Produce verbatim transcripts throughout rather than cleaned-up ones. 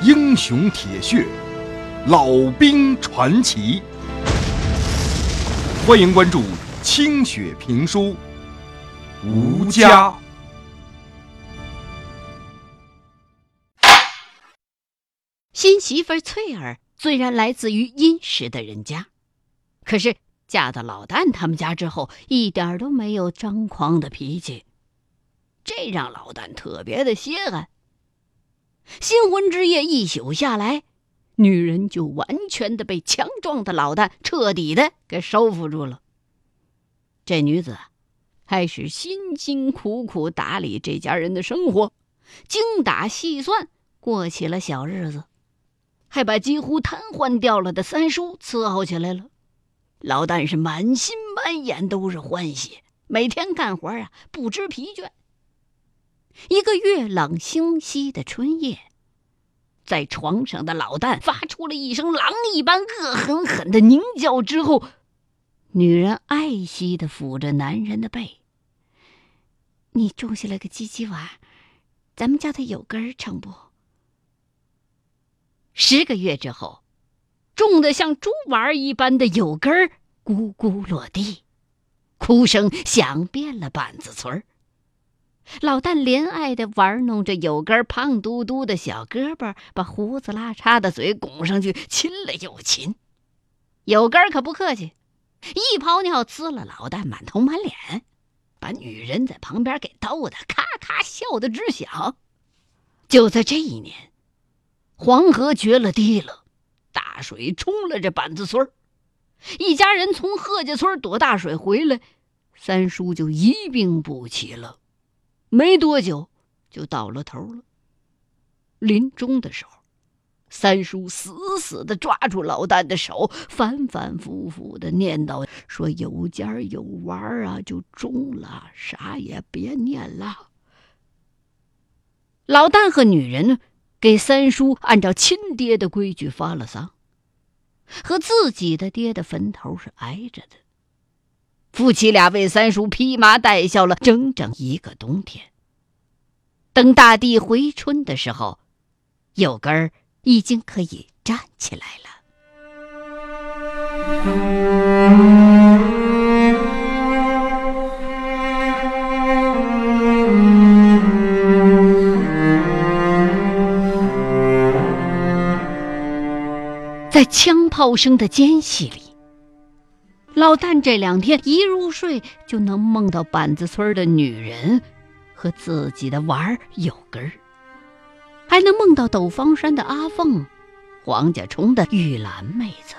英雄铁血，老兵传奇。欢迎关注清雪评书《吴家》。 新媳妇翠儿虽然来自于殷实的人家，可是嫁到老旦他们家之后，一点都没有张狂的脾气，这让老旦特别的稀罕。新婚之夜一宿下来，女人就完全的被强壮的老旦彻底的给收服住了。这女子开始辛辛苦苦打理这家人的生活，精打细算过起了小日子，还把几乎瘫痪掉了的三叔伺候起来了。老旦是满心满眼都是欢喜，每天干活啊不知疲倦。一个月朗星稀的春夜，在床上的老旦发出了一声狼一般恶狠狠的狞叫之后，女人爱惜地抚着男人的背：“你种下了个鸡鸡娃，咱们家的有根儿成不？”十个月之后，种得像猪娃一般的有根儿咕咕落地，哭声响遍了板子村。老旦怜爱地玩弄着有根胖嘟嘟的小胳膊，把胡子拉碴的嘴拱上去亲了又亲。有根可不客气，一泡尿呲了老旦满头满脸，把女人在旁边给逗得咔咔笑得直响。就在这一年，黄河决了堤了，大水冲了这板子村。一家人从贺家村躲大水回来，三叔就一病不起了，没多久就到了头了。临终的时候，三叔死死地抓住老旦的手，反反复复地念叨说：“有家有娃啊，就中了，啥也别念了。”老旦和女人给三叔按照亲爹的规矩发了丧，和自己的爹的坟头是挨着的。夫妻俩为三叔披麻戴孝了整整一个冬天。等大地回春的时候，有根儿已经可以站起来了。在枪炮声的间隙里，老旦这两天一入睡就能梦到板子村的女人和自己的娃儿有根儿，还能梦到斗方山的阿凤、黄家冲的玉兰妹子。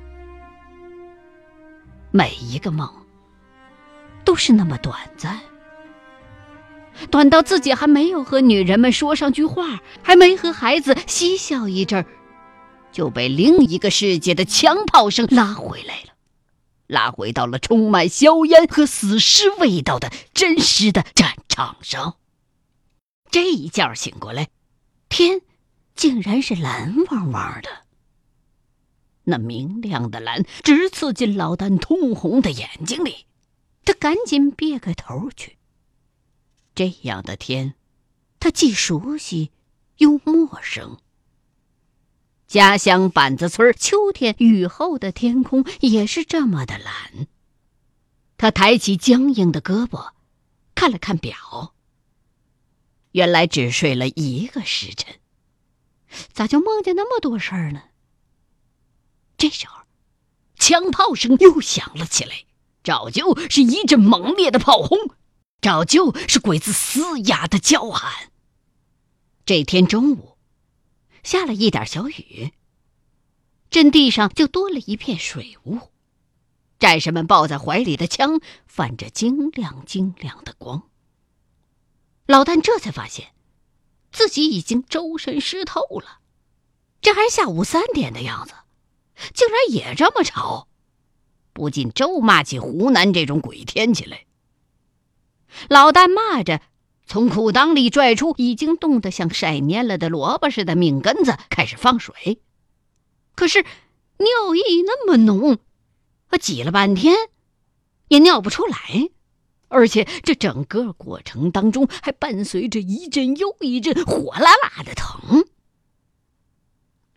每一个梦都是那么短暂，短到自己还没有和女人们说上句话，还没和孩子嬉笑一阵儿，就被另一个世界的枪炮声拉回来了，拉回到了充满硝烟和死尸味道的真实的战场上。这一觉醒过来，天竟然是蓝汪汪的，那明亮的蓝直刺进老旦通红的眼睛里，他赶紧别开头去。这样的天，他既熟悉又陌生。家乡板子村秋天雨后的天空也是这么的蓝。他抬起僵硬的胳膊，看了看表，原来只睡了一个时辰，咋就梦见那么多事儿呢？这时候，枪炮声又响了起来，照旧是一阵猛烈的炮轰，照旧是鬼子嘶哑的叫喊。这天中午下了一点小雨，阵地上就多了一片水雾，战士们抱在怀里的枪泛着晶亮晶亮的光。老旦这才发现自己已经周身湿透了，这还下午三点的样子，竟然也这么潮，不禁咒骂起湖南这种鬼天气来。老旦骂着，从裤裆里拽出已经冻得像晒蔫了的萝卜似的命根子，开始放水。可是尿意那么浓，挤了半天也尿不出来，而且这整个过程当中还伴随着一阵又一阵火辣辣的疼。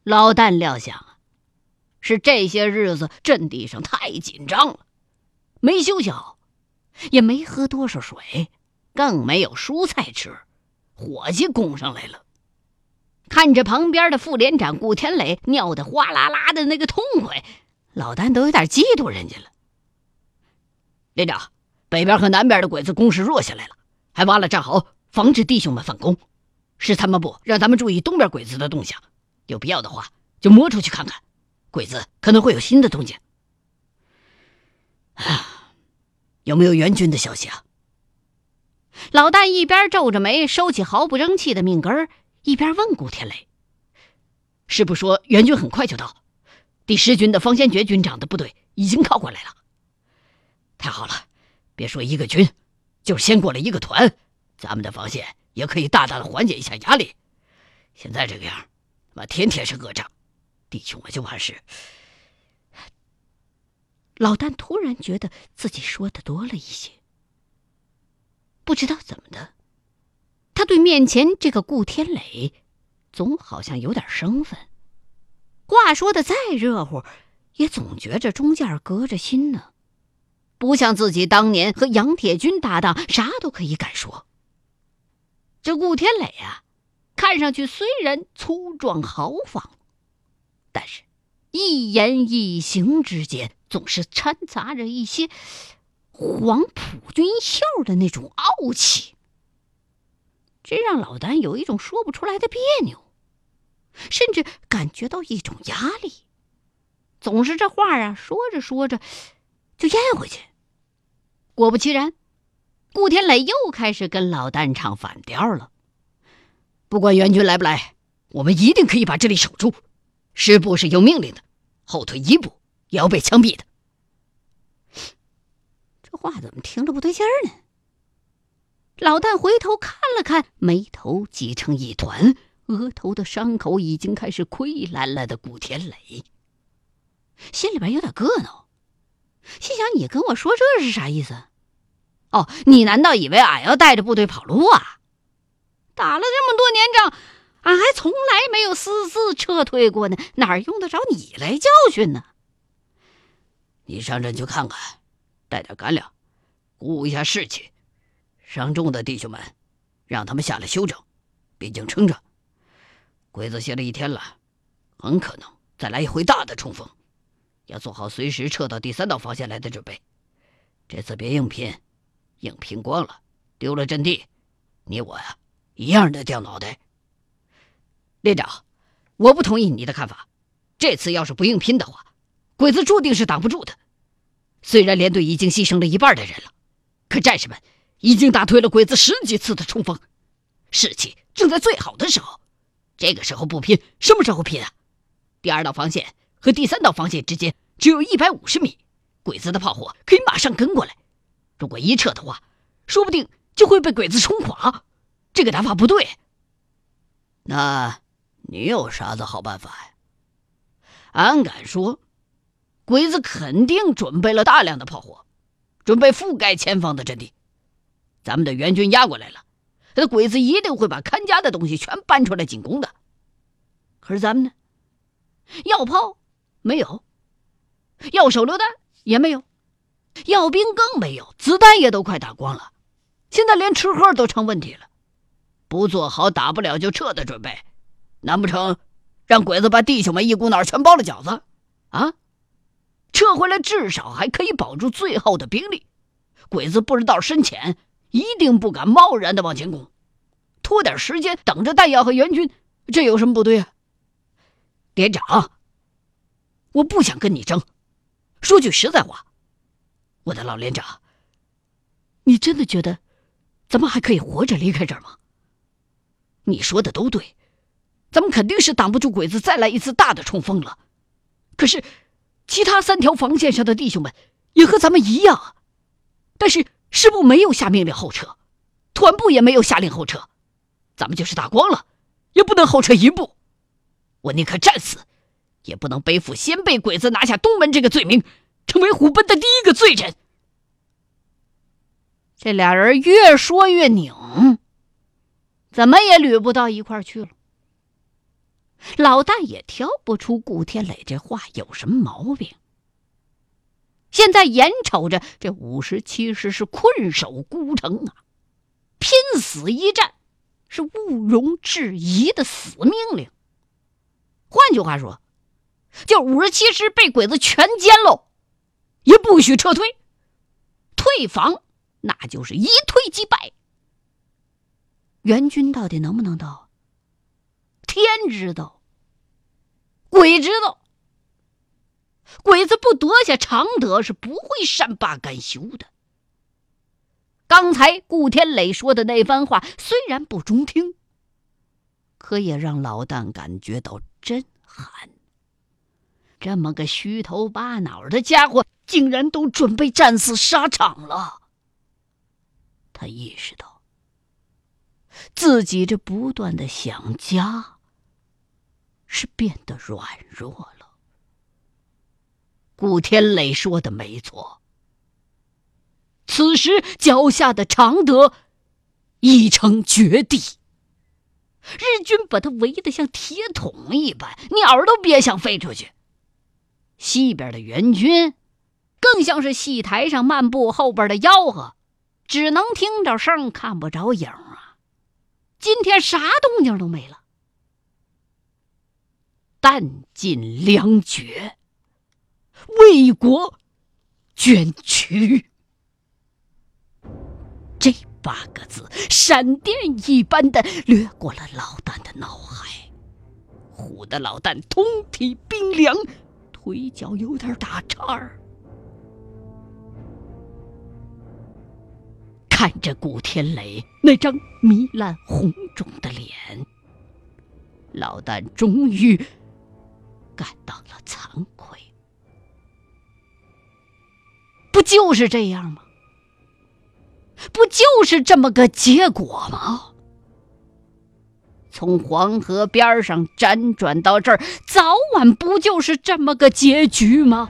老旦料想啊，是这些日子阵地上太紧张了，没休息好，也没喝多少水，更没有蔬菜吃，伙计供上来了。看着旁边的副连长顾天磊尿得哗啦啦的那个痛快，老旦都有点嫉妒人家了。连长，北边和南边的鬼子攻势弱下来了，还挖了战壕，防止弟兄们反攻。是参谋部让咱们注意东边鬼子的动向，有必要的话就摸出去看看，鬼子可能会有新的动静。啊，有没有援军的消息啊？老旦一边皱着眉收起毫不争气的命根，一边问顾天磊：“师部说援军很快就到，第十军的方先觉军长的部队已经靠过来了。”太好了，别说一个军，就是先过来一个团，咱们的防线也可以大大的缓解一下压力。现在这个样，妈天天是恶仗，弟兄们就怕是……老旦突然觉得自己说的多了一些，不知道怎么的，他对面前这个顾天磊总好像有点生分，话说的再热乎，也总觉着中间隔着心呢，不像自己当年和杨铁军搭档，啥都可以敢说。这顾天磊啊，看上去虽然粗壮豪放，但是一言一行之间总是掺杂着一些黄埔军校的那种傲气，这让老旦有一种说不出来的别扭，甚至感觉到一种压力。总是这话啊，说着说着就咽回去。果不其然，顾天磊又开始跟老旦唱反调了。不管援军来不来，我们一定可以把这里守住。师部是有命令的，后退一步也要被枪毙的。这话怎么听着不对劲儿呢？老旦回头看了看眉头挤成一团，额头的伤口已经开始溃烂了的顾天磊，心里边有点膈挠，心想：你跟我说这是啥意思？哦，你难道以为俺要带着部队跑路啊？打了这么多年仗，俺还从来没有私自撤退过呢，哪用得着你来教训呢？你上阵去看看，带点干粮，鼓舞一下士气。伤重的弟兄们，让他们下来休整，毕竟撑着。鬼子歇了一天了，很可能再来一回大的冲锋，要做好随时撤到第三道防线来的准备。这次别硬拼，硬拼光了，丢了阵地，你我呀一样的掉脑袋。连长，我不同意你的看法。这次要是不硬拼的话，鬼子注定是挡不住的。虽然连队已经牺牲了一半的人了，可战士们已经打退了鬼子十几次的冲锋，士气正在最好的时候。这个时候不拼，什么时候拼啊？第二道防线和第三道防线之间只有一百五十米，鬼子的炮火可以马上跟过来。如果一撤的话，说不定就会被鬼子冲垮。这个打法不对。那你有啥子好办法呀？俺敢说，鬼子肯定准备了大量的炮火，准备覆盖前方的阵地。咱们的援军压过来了，那鬼子一定会把看家的东西全搬出来进攻的。可是咱们呢？要炮没有，要手榴弹也没有，要兵更没有，子弹也都快打光了。现在连吃喝都成问题了，不做好打不了就撤的准备，难不成让鬼子把弟兄们一股脑全包了饺子啊？撤回来至少还可以保住最后的兵力，鬼子不知道深浅，一定不敢贸然的往前攻，拖点时间等着弹药和援军，这有什么不对啊？连长，我不想跟你争，说句实在话，我的老连长，你真的觉得咱们还可以活着离开这儿吗？你说的都对，咱们肯定是挡不住鬼子再来一次大的冲锋了。可是其他三条防线上的弟兄们也和咱们一样啊。但是师部没有下命令后撤，团部也没有下令后撤，咱们就是打光了也不能后撤一步。我宁可战死，也不能背负先被鬼子拿下东门这个罪名，成为虎贲的第一个罪人。这俩人越说越拧，怎么也捋不到一块儿去了。 老大也挑不出顾天磊这话有什么毛病。现在眼瞅着这五十七师是困守孤城啊，拼死一战是毋庸置疑的死命令。换句话说，就五十七师被鬼子全歼喽，也不许撤退，退防那就是一退即败。援军到底能不能到？天知道，鬼知道。鬼子不夺下常德，是不会善罢甘休的。刚才顾天磊说的那番话虽然不中听，可也让老旦感觉到震撼。这么个虚头巴脑的家伙，竟然都准备战死沙场了。他意识到，自己这不断的想家，是变得软弱了。顾天磊说的没错，此时脚下的常德已成绝地，日军把他围得像铁桶一般，鸟都别想飞出去。西边的援军更像是戏台上漫步后边的吆喝，只能听着声看不着影啊。今天啥动静都没了。弹尽粮绝，为国捐躯，这八个字闪电一般的掠过了老旦的脑海，唬得老旦通体冰凉，腿脚有点打颤儿。看着顾天磊那张糜烂红肿的脸，老旦终于感到了惭愧。不就是这样吗？不就是这么个结果吗？从黄河边上辗转到这儿，早晚不就是这么个结局吗？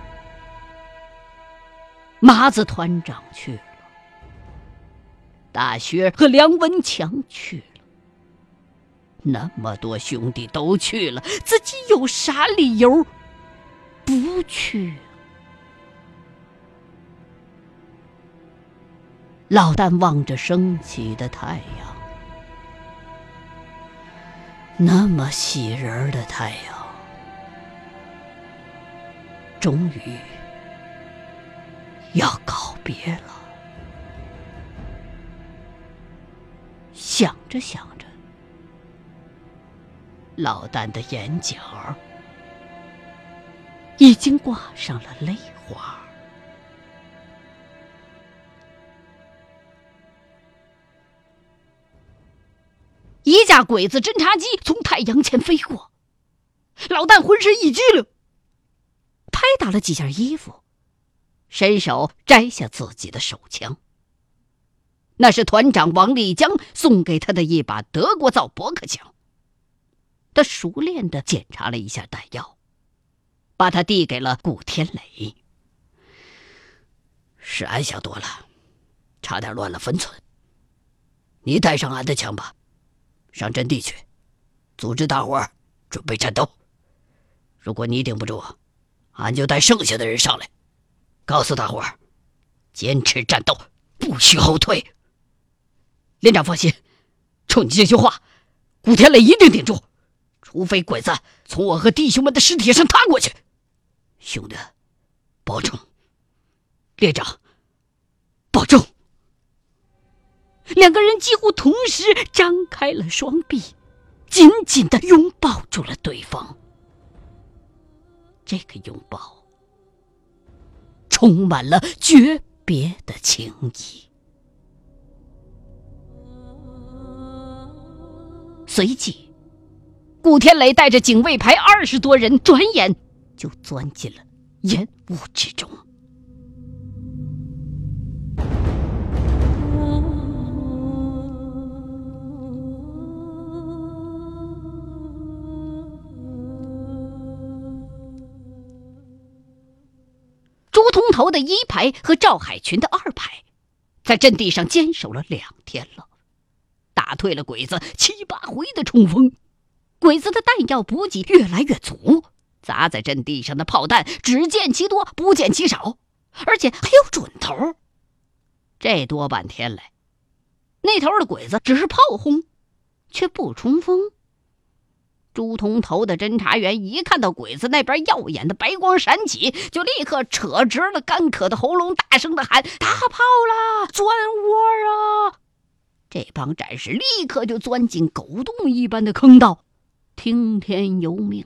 麻子团长去了，大学和梁文强去了，那么多兄弟都去了，自己有啥理由不去？老旦望着升起的太阳，那么喜人的太阳，终于要告别了。想着想着，老旦的眼角已经挂上了泪花。一架鬼子侦察机从太阳前飞过，老旦浑身一激灵，拍打了几件衣服，伸手摘下自己的手枪。那是团长王立江送给他的一把德国造驳壳枪。他熟练地检查了一下弹药，把它递给了顾天磊。是俺想多了，差点乱了分寸。你带上俺的枪吧，上阵地去，组织大伙儿准备战斗。如果你顶不住，俺就带剩下的人上来，告诉大伙儿，坚持战斗，不许后退。连长放心，冲你这句话，顾天磊一定顶住，除非鬼子从我和弟兄们的尸体上踏过去。兄弟，保重。连长，保重。两个人几乎同时张开了双臂，紧紧地拥抱住了对方。这个拥抱充满了诀别的情谊。随即，顾天磊带着警卫排二十多人，转眼就钻进了烟雾之中。朱通头的一排和赵海群的二排，在阵地上坚守了两天了，打退了鬼子七八回的冲锋， 鬼子的弹药补给越来越足，砸在阵地上的炮弹只见其多不见其少，而且还有准头。这多半天来，那头的鬼子只是炮轰，却不冲锋。朱通头的侦察员一看到鬼子那边耀眼的白光闪起，就立刻扯直了干渴的喉咙，大声的喊：大炮啦，钻窝啊！这帮战士立刻就钻进狗洞一般的坑道，听天由命。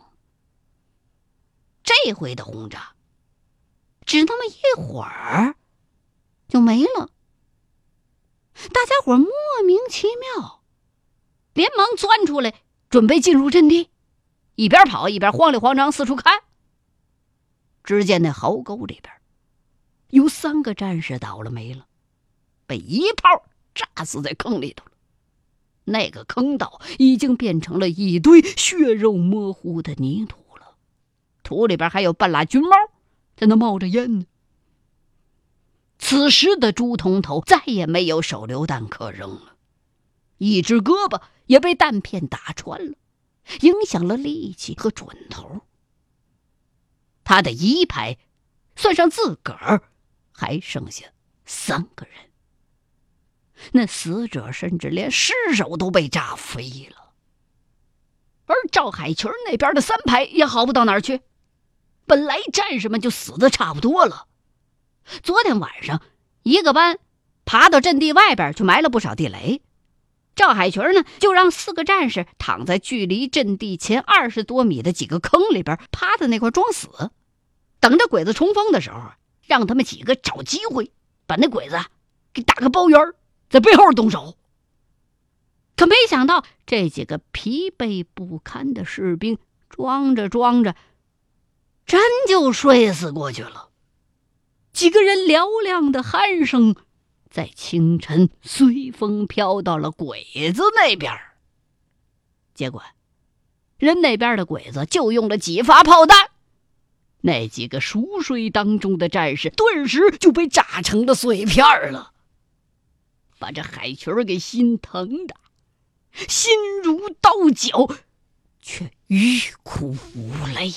这回的轰炸只那么一会儿就没了，大家伙莫名其妙，连忙钻出来准备进入阵地，一边跑一边慌里慌张四处看。只见那壕沟里边有三个战士倒了霉了，被一炮炸死在坑里头了。那个坑道已经变成了一堆血肉模糊的泥土了，土里边还有半拉军帽在那冒着烟呢。此时的朱通头再也没有手榴弹可扔了，一只胳膊也被弹片打穿了，影响了力气和准头。他的一排算上自个儿还剩下三个人，那死者甚至连尸首都被炸飞了。而赵海群那边的三排也好不到哪儿去，本来战士们就死得差不多了，昨天晚上一个班爬到阵地外边去埋了不少地雷，赵海群呢就让四个战士躺在距离阵地前二十多米的几个坑里边，趴在那块装死，等着鬼子冲锋的时候，让他们几个找机会把那鬼子给打个包圆，在背后动手。可没想到这几个疲惫不堪的士兵装着装着真就睡死过去了。几个人嘹亮的鼾声在清晨随风飘到了鬼子那边，结果人那边的鬼子就用了几发炮弹，那几个熟睡当中的战士顿时就被炸成了碎片了，把这海群给心疼的心如刀绞，却欲哭无泪。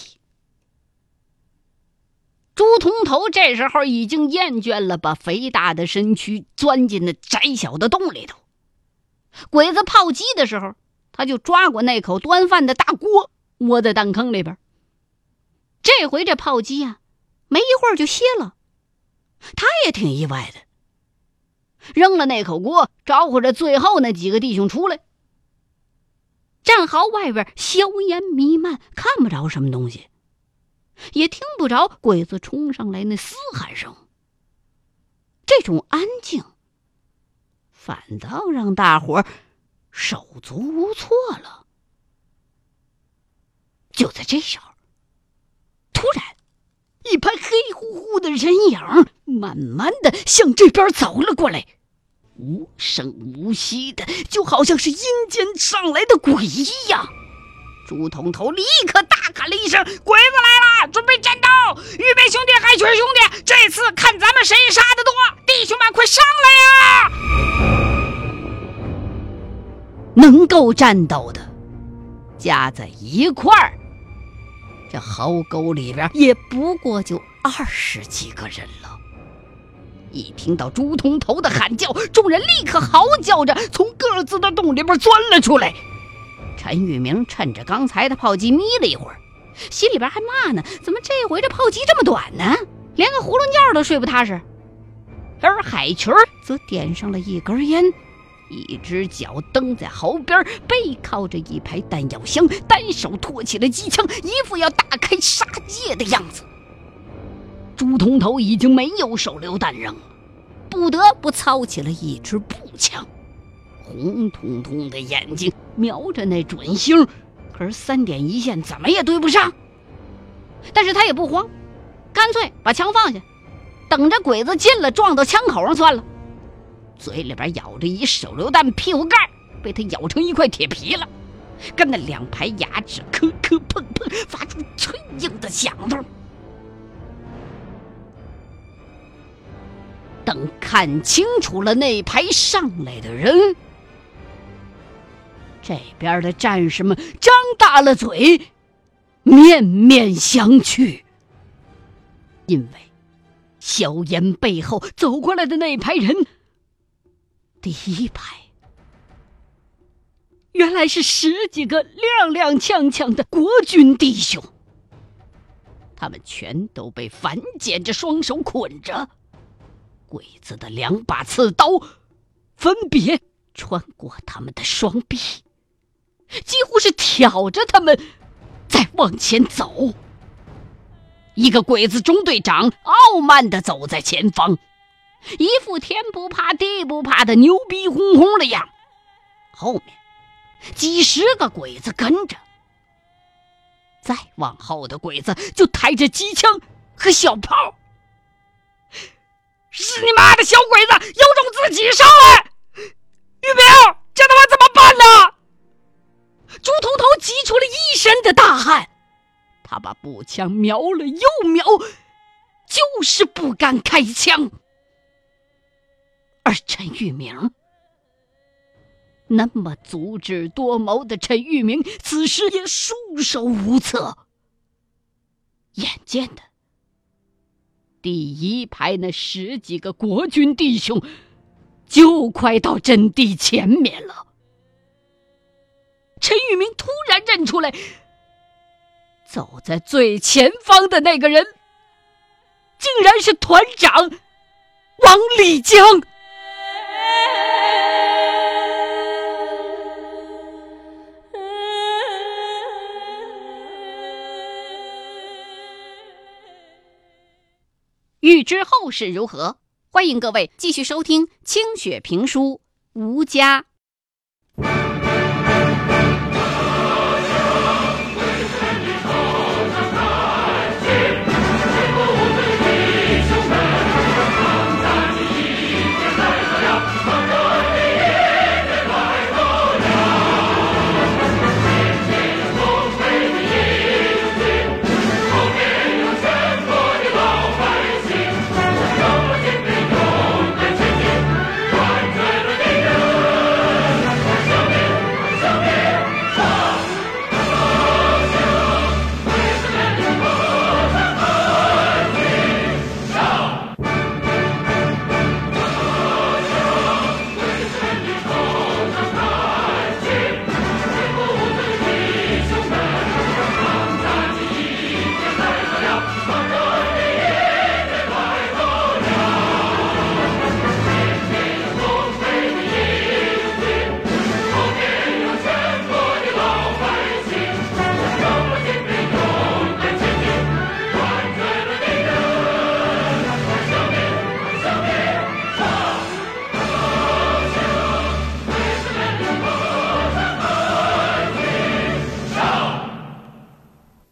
朱通头这时候已经厌倦了把肥大的身躯钻进那窄小的洞里头，鬼子炮击的时候，他就抓过那口端饭的大锅，窝在弹坑里边。这回这炮击啊，没一会儿就歇了，他也挺意外的，扔了那口锅，招呼着最后那几个弟兄出来。战壕外边硝烟弥漫，看不着什么东西，也听不着鬼子冲上来那嘶喊声。这种安静反倒让大伙儿手足无措了。就在这时候，突然一排黑乎乎的人影慢慢的向这边走了过来，无声无息的，就好像是阴间上来的鬼一样。朱通头立刻大喊了一声：鬼子来了，准备战斗！预备兄弟，海群兄弟，这次看咱们谁杀得多！弟兄们快上来呀！能够战斗的加在一块儿，这壕沟里边也不过就二十几个人了。一听到朱通头的喊叫，众人立刻嚎叫着从各自的洞里边钻了出来。陈玉明趁着刚才的炮击眯了一会儿，心里边还骂呢，怎么这回这炮击这么短呢？连个囫囵觉都睡不踏实。而海群则点上了一根烟，一只脚蹬在壕边，背靠着一排弹药箱，单手托起了机枪，一副要大开杀戒的样子。朱通头已经没有手榴弹扔了，不得不操起了一支步枪，红彤彤的眼睛瞄着那准星，可是三点一线怎么也对不上。但是他也不慌，干脆把枪放下，等着鬼子进了撞到枪口上算了。嘴里边咬着一手榴弹屁股盖，被他咬成一块铁皮了，跟那两排牙齿磕磕碰碰发出脆硬的响动。等看清楚了那排上来的人， 这边的战士们张大了嘴，面面相觑。因为硝烟背后走过来的那排人，第一排原来是十几个踉踉跄跄的国军弟兄，他们全都被反剪着双手捆着，鬼子的两把刺刀分别穿过他们的双臂，几乎是挑着他们在往前走。一个鬼子中队长傲慢地走在前方，一副天不怕地不怕的牛逼哄哄的样，后面几十个鬼子跟着，再往后的鬼子就抬着机枪和小炮。是你妈的小鬼子，有种自己上来！玉明，这他妈怎么办呢？朱头头急出了一身的大汗，他把步枪瞄了又瞄，就是不敢开枪。而陈玉明，那么足智多谋的陈玉明，此时也束手无策。眼见的，第一排那十几个国军弟兄就快到阵地前面了。陈玉明突然认出来，走在最前方的那个人竟然是团长王立江。欲知后事如何，欢迎各位继续收听清雪评书《吴家》。